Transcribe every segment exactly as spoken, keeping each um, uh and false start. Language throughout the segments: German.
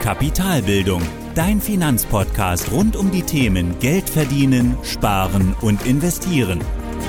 Kapitalbildung, dein Finanzpodcast rund um die Themen Geld verdienen, sparen und investieren.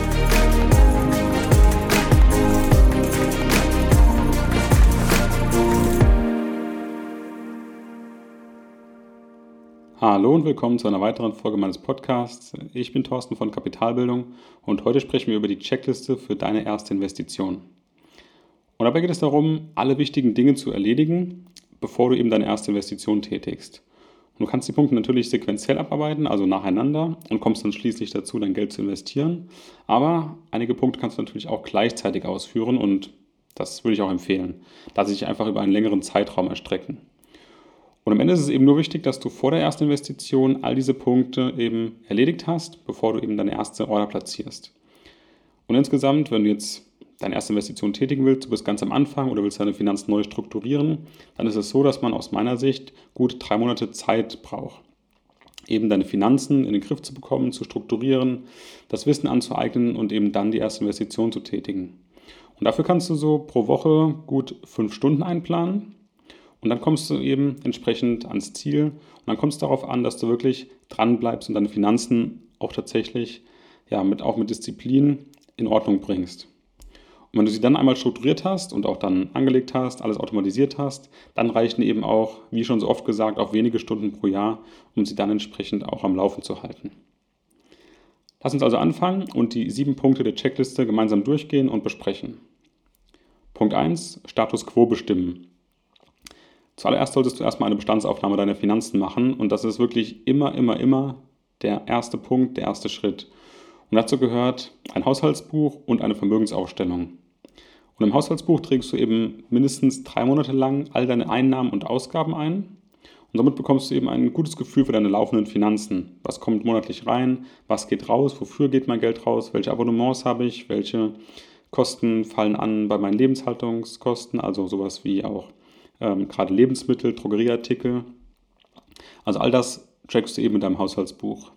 Hallo und willkommen zu einer weiteren Folge meines Podcasts. Ich bin Thorsten von Kapitalbildung und heute sprechen wir über die Checkliste für deine erste Investition. Und dabei geht es darum, alle wichtigen Dinge zu erledigen, bevor du eben deine erste Investition tätigst. Und du kannst die Punkte natürlich sequenziell abarbeiten, also nacheinander, und kommst dann schließlich dazu, dein Geld zu investieren. Aber einige Punkte kannst du natürlich auch gleichzeitig ausführen und das würde ich auch empfehlen, da sie sich einfach über einen längeren Zeitraum erstrecken. Und am Ende ist es eben nur wichtig, dass du vor der ersten Investition all diese Punkte eben erledigt hast, bevor du eben deine erste Order platzierst. Und insgesamt, wenn du jetzt deine erste Investition tätigen willst, du bist ganz am Anfang oder willst deine Finanzen neu strukturieren, dann ist es so, dass man aus meiner Sicht gut drei Monate Zeit braucht, eben deine Finanzen in den Griff zu bekommen, zu strukturieren, das Wissen anzueignen und eben dann die erste Investition zu tätigen. Und dafür kannst du so pro Woche gut fünf Stunden einplanen. Und dann kommst du eben entsprechend ans Ziel und dann kommt es darauf an, dass du wirklich dran bleibst und deine Finanzen auch tatsächlich, ja, mit, auch mit Disziplin in Ordnung bringst. Und wenn du sie dann einmal strukturiert hast und auch dann angelegt hast, alles automatisiert hast, dann reichen eben auch, wie schon so oft gesagt, auch wenige Stunden pro Jahr, um sie dann entsprechend auch am Laufen zu halten. Lass uns also anfangen und die sieben Punkte der Checkliste gemeinsam durchgehen und besprechen. Punkt eins, Status Quo bestimmen. Zuallererst solltest du erstmal eine Bestandsaufnahme deiner Finanzen machen und das ist wirklich immer, immer, immer der erste Punkt, der erste Schritt. Und dazu gehört ein Haushaltsbuch und eine Vermögensaufstellung. Und im Haushaltsbuch trägst du eben mindestens drei Monate lang all deine Einnahmen und Ausgaben ein und somit bekommst du eben ein gutes Gefühl für deine laufenden Finanzen. Was kommt monatlich rein, was geht raus, wofür geht mein Geld raus, welche Abonnements habe ich, welche Kosten fallen an bei meinen Lebenshaltungskosten, also sowas wie auch Ähm, gerade Lebensmittel, Drogerieartikel. Also all das trackst du eben in deinem Haushaltsbuch.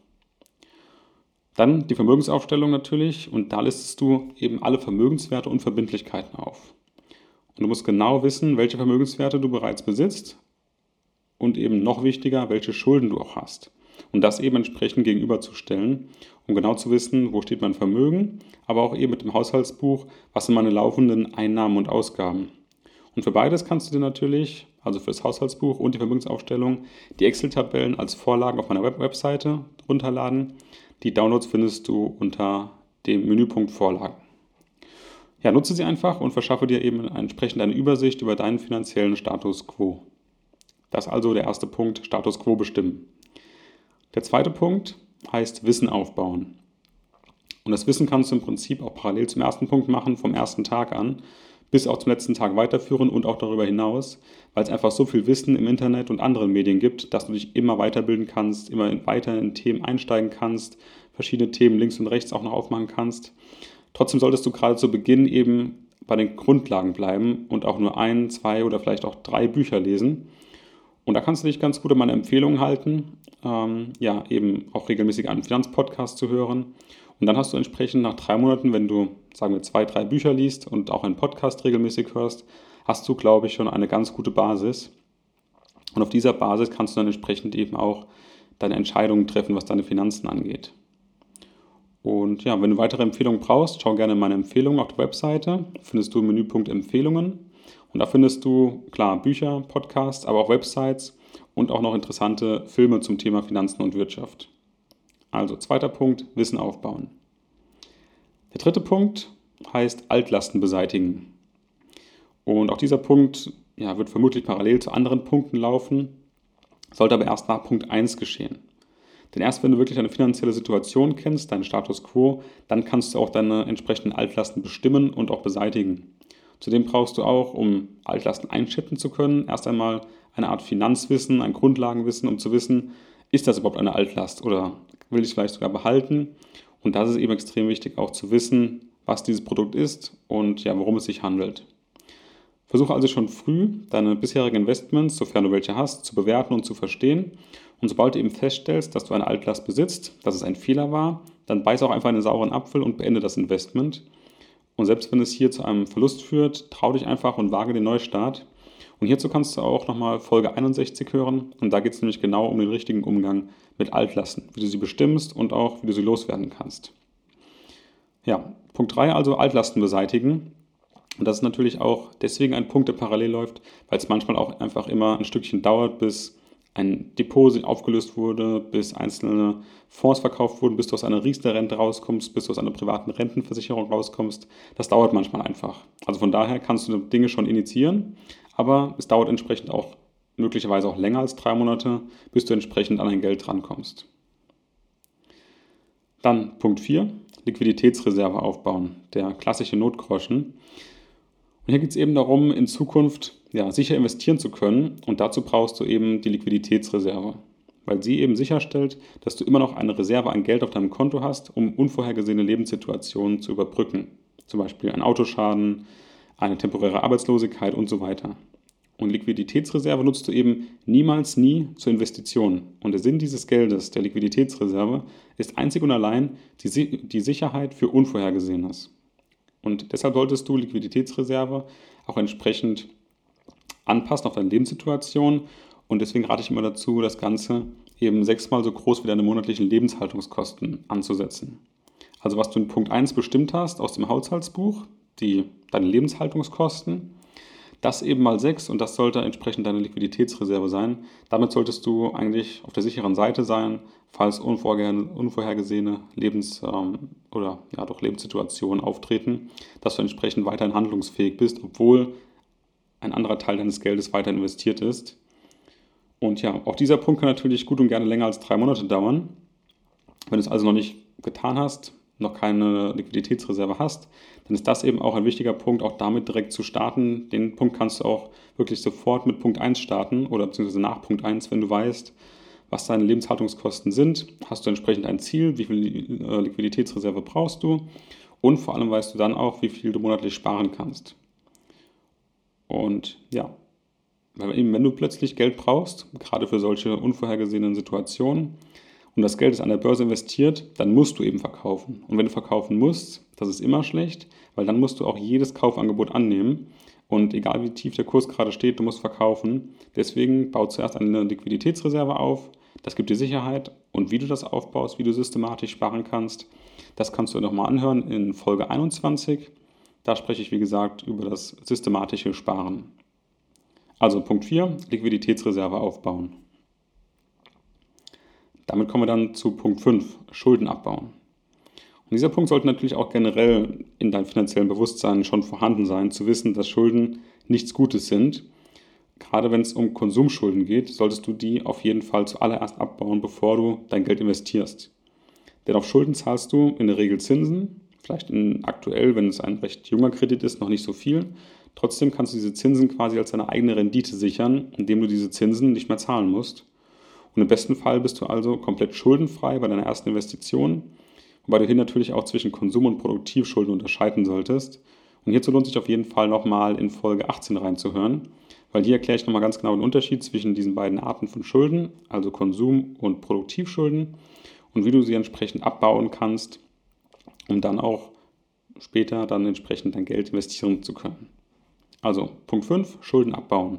Dann die Vermögensaufstellung natürlich und da listest du eben alle Vermögenswerte und Verbindlichkeiten auf. Und du musst genau wissen, welche Vermögenswerte du bereits besitzt und eben noch wichtiger, welche Schulden du auch hast. Und das eben entsprechend gegenüberzustellen, um genau zu wissen, wo steht mein Vermögen, aber auch eben mit dem Haushaltsbuch, was sind meine laufenden Einnahmen und Ausgaben. Und für beides kannst du dir natürlich, also für das Haushaltsbuch und die Vermögensaufstellung, die Excel-Tabellen als Vorlagen auf meiner Web- Webseite runterladen. Die Downloads findest du unter dem Menüpunkt Vorlagen. Ja, nutze sie einfach und verschaffe dir eben entsprechend eine Übersicht über deinen finanziellen Status Quo. Das ist also der erste Punkt, Status Quo bestimmen. Der zweite Punkt heißt Wissen aufbauen. Und das Wissen kannst du im Prinzip auch parallel zum ersten Punkt machen, vom ersten Tag an, bis auch zum letzten Tag weiterführen und auch darüber hinaus, weil es einfach so viel Wissen im Internet und anderen Medien gibt, dass du dich immer weiterbilden kannst, immer weiter in Themen einsteigen kannst, verschiedene Themen links und rechts auch noch aufmachen kannst. Trotzdem solltest du gerade zu Beginn eben bei den Grundlagen bleiben und auch nur ein, zwei oder vielleicht auch drei Bücher lesen. Und da kannst du dich ganz gut an meine Empfehlungen halten, ähm, ja, eben auch regelmäßig einen Finanzpodcast zu hören. Und dann hast du entsprechend nach drei Monaten, wenn du, sagen wir, zwei, drei Bücher liest und auch einen Podcast regelmäßig hörst, hast du, glaube ich, schon eine ganz gute Basis. Und auf dieser Basis kannst du dann entsprechend eben auch deine Entscheidungen treffen, was deine Finanzen angeht. Und ja, wenn du weitere Empfehlungen brauchst, schau gerne in meine Empfehlungen auf der Webseite. Findest du im Menüpunkt Empfehlungen. Und da findest du, klar, Bücher, Podcasts, aber auch Websites und auch noch interessante Filme zum Thema Finanzen und Wirtschaft. Also zweiter Punkt, Wissen aufbauen. Der dritte Punkt heißt Altlasten beseitigen. Und auch dieser Punkt ja, wird vermutlich parallel zu anderen Punkten laufen, sollte aber erst nach Punkt eins geschehen. Denn erst wenn du wirklich deine finanzielle Situation kennst, deinen Status Quo, dann kannst du auch deine entsprechenden Altlasten bestimmen und auch beseitigen. Zudem brauchst du auch, um Altlasten einschätzen zu können, erst einmal eine Art Finanzwissen, ein Grundlagenwissen, um zu wissen, ist das überhaupt eine Altlast oder will ich es vielleicht sogar behalten? Und das ist eben extrem wichtig, auch zu wissen, was dieses Produkt ist und ja, worum es sich handelt. Versuche also schon früh, deine bisherigen Investments, sofern du welche hast, zu bewerten und zu verstehen. Und sobald du eben feststellst, dass du eine Altlast besitzt, dass es ein Fehler war, dann beiß auch einfach einen sauren Apfel und beende das Investment. Und selbst wenn es hier zu einem Verlust führt, trau dich einfach und wage den Neustart. Und hierzu kannst du auch nochmal Folge einundsechzig hören. Und da geht es nämlich genau um den richtigen Umgang mit Altlasten, wie du sie bestimmst und auch wie du sie loswerden kannst. Ja, Punkt drei, also Altlasten beseitigen. Und das ist natürlich auch deswegen ein Punkt, der parallel läuft, weil es manchmal auch einfach immer ein Stückchen dauert, bis ein Depot aufgelöst wurde, bis einzelne Fonds verkauft wurden, bis du aus einer Riester-Rente rauskommst, bis du aus einer privaten Rentenversicherung rauskommst. Das dauert manchmal einfach. Also von daher kannst du Dinge schon initiieren, aber es dauert entsprechend auch möglicherweise auch länger als drei Monate, bis du entsprechend an dein Geld rankommst. Dann Punkt vier, Liquiditätsreserve aufbauen, der klassische Notgroschen. Und hier geht es eben darum, in Zukunft ja, sicher investieren zu können, und dazu brauchst du eben die Liquiditätsreserve, weil sie eben sicherstellt, dass du immer noch eine Reserve an Geld auf deinem Konto hast, um unvorhergesehene Lebenssituationen zu überbrücken. Zum Beispiel ein Autoschaden, eine temporäre Arbeitslosigkeit und so weiter. Und Liquiditätsreserve nutzt du eben niemals nie zur Investition. Und der Sinn dieses Geldes, der Liquiditätsreserve, ist einzig und allein die, die Sicherheit für Unvorhergesehenes. Und deshalb solltest du Liquiditätsreserve auch entsprechend anpassen auf deine Lebenssituation. Und deswegen rate ich immer dazu, das Ganze eben sechsmal so groß wie deine monatlichen Lebenshaltungskosten anzusetzen. Also was du in Punkt eins bestimmt hast aus dem Haushaltsbuch, die, deine Lebenshaltungskosten, das eben mal sechs, und das sollte entsprechend deine Liquiditätsreserve sein. Damit solltest du eigentlich auf der sicheren Seite sein, falls unvorhergesehene Lebens- ähm, oder ja, doch Lebenssituationen auftreten, dass du entsprechend weiterhin handlungsfähig bist, obwohl ein anderer Teil deines Geldes weiter investiert ist. Und ja, auch dieser Punkt kann natürlich gut und gerne länger als drei Monate dauern. Wenn du es also noch nicht getan hast, noch keine Liquiditätsreserve hast, dann ist das eben auch ein wichtiger Punkt, auch damit direkt zu starten. Den Punkt kannst du auch wirklich sofort mit Punkt eins starten oder beziehungsweise nach Punkt eins, wenn du weißt, was deine Lebenshaltungskosten sind. Hast du entsprechend ein Ziel, wie viel Liquiditätsreserve brauchst du, und vor allem weißt du dann auch, wie viel du monatlich sparen kannst. Und ja, weil eben, wenn du plötzlich Geld brauchst, gerade für solche unvorhergesehenen Situationen, und das Geld ist an der Börse investiert, dann musst du eben verkaufen. Und wenn du verkaufen musst, das ist immer schlecht, weil dann musst du auch jedes Kaufangebot annehmen. Und egal wie tief der Kurs gerade steht, du musst verkaufen. Deswegen bau zuerst eine Liquiditätsreserve auf. Das gibt dir Sicherheit. Und wie du das aufbaust, wie du systematisch sparen kannst, das kannst du nochmal anhören in Folge einundzwanzig. Da spreche ich, wie gesagt, über das systematische Sparen. Also Punkt vier, Liquiditätsreserve aufbauen. Damit kommen wir dann zu Punkt fünf, Schulden abbauen. Und dieser Punkt sollte natürlich auch generell in deinem finanziellen Bewusstsein schon vorhanden sein, zu wissen, dass Schulden nichts Gutes sind. Gerade wenn es um Konsumschulden geht, solltest du die auf jeden Fall zuallererst abbauen, bevor du dein Geld investierst. Denn auf Schulden zahlst du in der Regel Zinsen, vielleicht in, aktuell, wenn es ein recht junger Kredit ist, noch nicht so viel. Trotzdem kannst du diese Zinsen quasi als deine eigene Rendite sichern, indem du diese Zinsen nicht mehr zahlen musst. Und im besten Fall bist du also komplett schuldenfrei bei deiner ersten Investition, wobei du hier natürlich auch zwischen Konsum- und Produktivschulden unterscheiden solltest. Und hierzu lohnt sich auf jeden Fall nochmal in Folge achtzehn reinzuhören, weil hier erkläre ich nochmal ganz genau den Unterschied zwischen diesen beiden Arten von Schulden, also Konsum- und Produktivschulden, und wie du sie entsprechend abbauen kannst, um dann auch später dann entsprechend dein Geld investieren zu können. Also Punkt fünf, Schulden abbauen.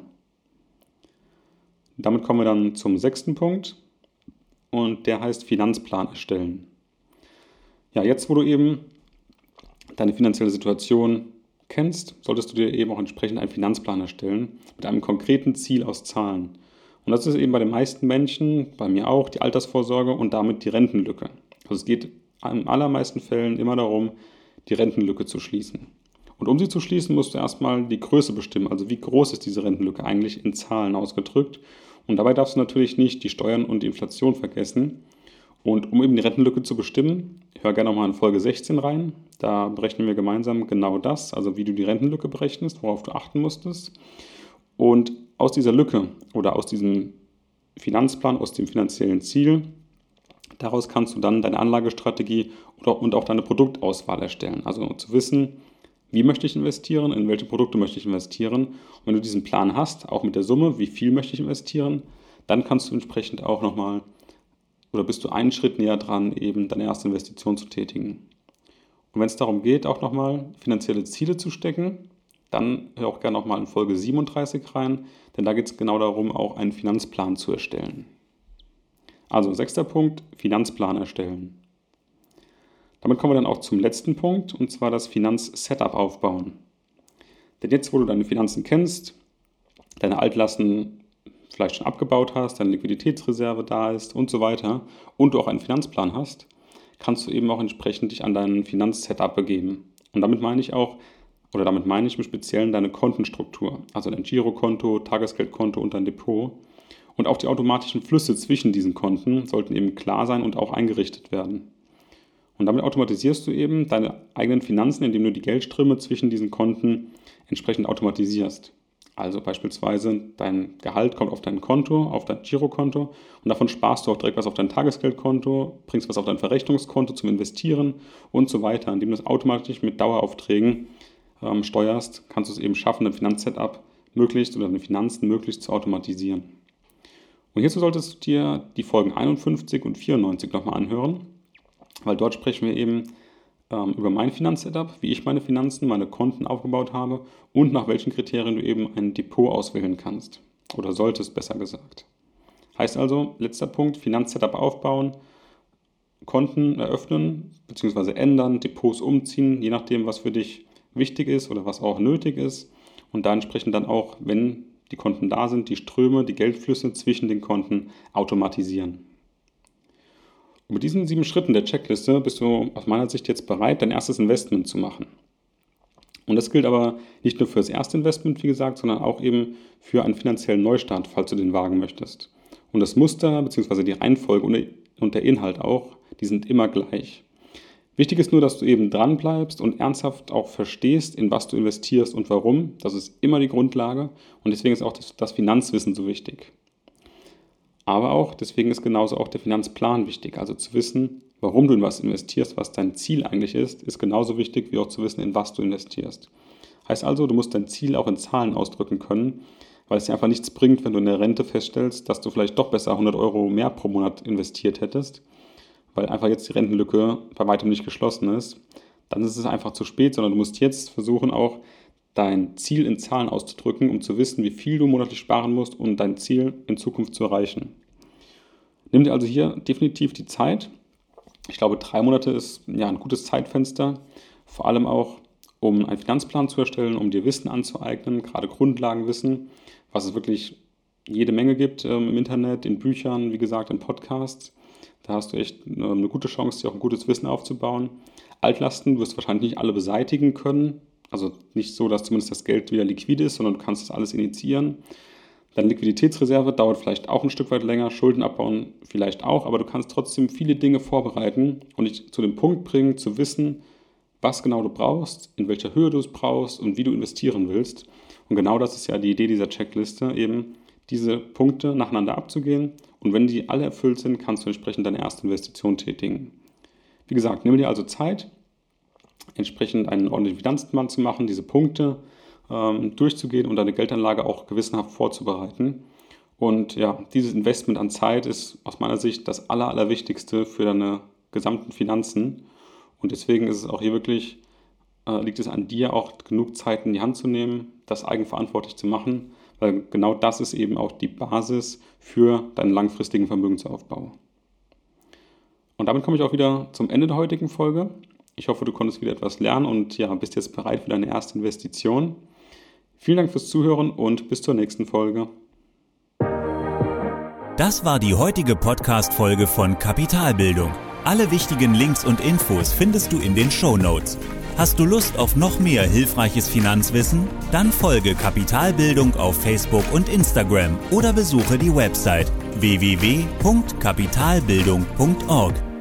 Damit kommen wir dann zum sechsten Punkt, und der heißt Finanzplan erstellen. Ja, jetzt wo du eben deine finanzielle Situation kennst, solltest du dir eben auch entsprechend einen Finanzplan erstellen mit einem konkreten Ziel aus Zahlen. Und das ist eben bei den meisten Menschen, bei mir auch, die Altersvorsorge und damit die Rentenlücke. Also es geht in allermeisten Fällen immer darum, die Rentenlücke zu schließen. Und um sie zu schließen, musst du erstmal die Größe bestimmen. Also wie groß ist diese Rentenlücke eigentlich in Zahlen ausgedrückt? Und dabei darfst du natürlich nicht die Steuern und die Inflation vergessen. Und um eben die Rentenlücke zu bestimmen, hör gerne nochmal in Folge sechzehn rein. Da berechnen wir gemeinsam genau das, also wie du die Rentenlücke berechnest, worauf du achten musstest. Und aus dieser Lücke oder aus diesem Finanzplan, aus dem finanziellen Ziel, daraus kannst du dann deine Anlagestrategie und auch deine Produktauswahl erstellen. Also zu wissen, wie möchte ich investieren, in welche Produkte möchte ich investieren. Und wenn du diesen Plan hast, auch mit der Summe, wie viel möchte ich investieren, dann kannst du entsprechend auch nochmal, oder bist du einen Schritt näher dran, eben deine erste Investition zu tätigen. Und wenn es darum geht, auch nochmal finanzielle Ziele zu stecken, dann hör auch gerne nochmal in Folge siebenunddreißig rein, denn da geht es genau darum, auch einen Finanzplan zu erstellen. Also sechster Punkt, Finanzplan erstellen. Damit kommen wir dann auch zum letzten Punkt, und zwar das Finanzsetup aufbauen. Denn jetzt, wo du deine Finanzen kennst, deine Altlasten vielleicht schon abgebaut hast, deine Liquiditätsreserve da ist und so weiter und du auch einen Finanzplan hast, kannst du eben auch entsprechend dich an dein Finanzsetup begeben. Und damit meine ich auch, oder damit meine ich im Speziellen deine Kontenstruktur, also dein Girokonto, Tagesgeldkonto und dein Depot. Und auch die automatischen Flüsse zwischen diesen Konten sollten eben klar sein und auch eingerichtet werden. Und damit automatisierst du eben deine eigenen Finanzen, indem du die Geldströme zwischen diesen Konten entsprechend automatisierst. Also beispielsweise dein Gehalt kommt auf dein Konto, auf dein Girokonto und davon sparst du auch direkt was auf dein Tagesgeldkonto, bringst was auf dein Verrechnungskonto zum Investieren und so weiter. Indem du das automatisch mit Daueraufträgen ähm, steuerst, kannst du es eben schaffen, dein Finanzsetup möglichst oder deine Finanzen möglichst zu automatisieren. Und hierzu solltest du dir die Folgen einundfünfzig und vierundneunzig nochmal anhören, weil dort sprechen wir eben ähm, über mein Finanzsetup, wie ich meine Finanzen, meine Konten aufgebaut habe und nach welchen Kriterien du eben ein Depot auswählen kannst oder solltest, besser gesagt. Heißt also, letzter Punkt, Finanzsetup aufbauen, Konten eröffnen bzw. ändern, Depots umziehen, je nachdem, was für dich wichtig ist oder was auch nötig ist und da entsprechend dann auch, wenn die Konten da sind, die Ströme, die Geldflüsse zwischen den Konten automatisieren. Und mit diesen sieben Schritten der Checkliste bist du aus meiner Sicht jetzt bereit, dein erstes Investment zu machen. Und das gilt aber nicht nur für das erste Investment, wie gesagt, sondern auch eben für einen finanziellen Neustart, falls du den wagen möchtest. Und das Muster bzw. die Reihenfolge und der Inhalt auch, die sind immer gleich. Wichtig ist nur, dass du eben dran bleibst und ernsthaft auch verstehst, in was du investierst und warum. Das ist immer die Grundlage und deswegen ist auch das, das Finanzwissen so wichtig. Aber auch, deswegen ist genauso auch der Finanzplan wichtig. Also zu wissen, warum du in was investierst, was dein Ziel eigentlich ist, ist genauso wichtig, wie auch zu wissen, in was du investierst. Heißt also, du musst dein Ziel auch in Zahlen ausdrücken können, weil es dir einfach nichts bringt, wenn du in der Rente feststellst, dass du vielleicht doch besser hundert Euro mehr pro Monat investiert hättest, weil einfach jetzt die Rentenlücke bei weitem nicht geschlossen ist. Dann ist es einfach zu spät, sondern du musst jetzt versuchen, auch dein Ziel in Zahlen auszudrücken, um zu wissen, wie viel du monatlich sparen musst, um dein Ziel in Zukunft zu erreichen. Nimm dir also hier definitiv die Zeit. Ich glaube, drei Monate ist ja ein gutes Zeitfenster, vor allem auch, um einen Finanzplan zu erstellen, um dir Wissen anzueignen, gerade Grundlagenwissen, was es wirklich jede Menge gibt ähm, im Internet, in Büchern, wie gesagt, in Podcasts. Da hast du echt äh, eine gute Chance, dir auch ein gutes Wissen aufzubauen. Altlasten wirst du wahrscheinlich nicht alle beseitigen können. Also nicht so, dass zumindest das Geld wieder liquide ist, sondern du kannst das alles initiieren. Deine Liquiditätsreserve dauert vielleicht auch ein Stück weit länger, Schulden abbauen vielleicht auch, aber du kannst trotzdem viele Dinge vorbereiten und dich zu dem Punkt bringen, zu wissen, was genau du brauchst, in welcher Höhe du es brauchst und wie du investieren willst. Und genau das ist ja die Idee dieser Checkliste, eben diese Punkte nacheinander abzugehen. Und wenn die alle erfüllt sind, kannst du entsprechend deine erste Investition tätigen. Wie gesagt, nimm dir also Zeit, entsprechend einen ordentlichen Finanzplan zu machen, diese Punkte ähm, durchzugehen und deine Geldanlage auch gewissenhaft vorzubereiten. Und ja, dieses Investment an Zeit ist aus meiner Sicht das Aller, Allerwichtigste für deine gesamten Finanzen. Und deswegen ist es auch hier wirklich, äh, liegt es an dir, auch genug Zeit in die Hand zu nehmen, das eigenverantwortlich zu machen, weil genau das ist eben auch die Basis für deinen langfristigen Vermögensaufbau. Und damit komme ich auch wieder zum Ende der heutigen Folge. Ich hoffe, du konntest wieder etwas lernen und ja, bist jetzt bereit für deine erste Investition. Vielen Dank fürs Zuhören und bis zur nächsten Folge. Das war die heutige Podcast-Folge von Kapitalbildung. Alle wichtigen Links und Infos findest du in den Shownotes. Hast du Lust auf noch mehr hilfreiches Finanzwissen? Dann folge Kapitalbildung auf Facebook und Instagram oder besuche die Website w w w punkt kapitalbildung punkt org.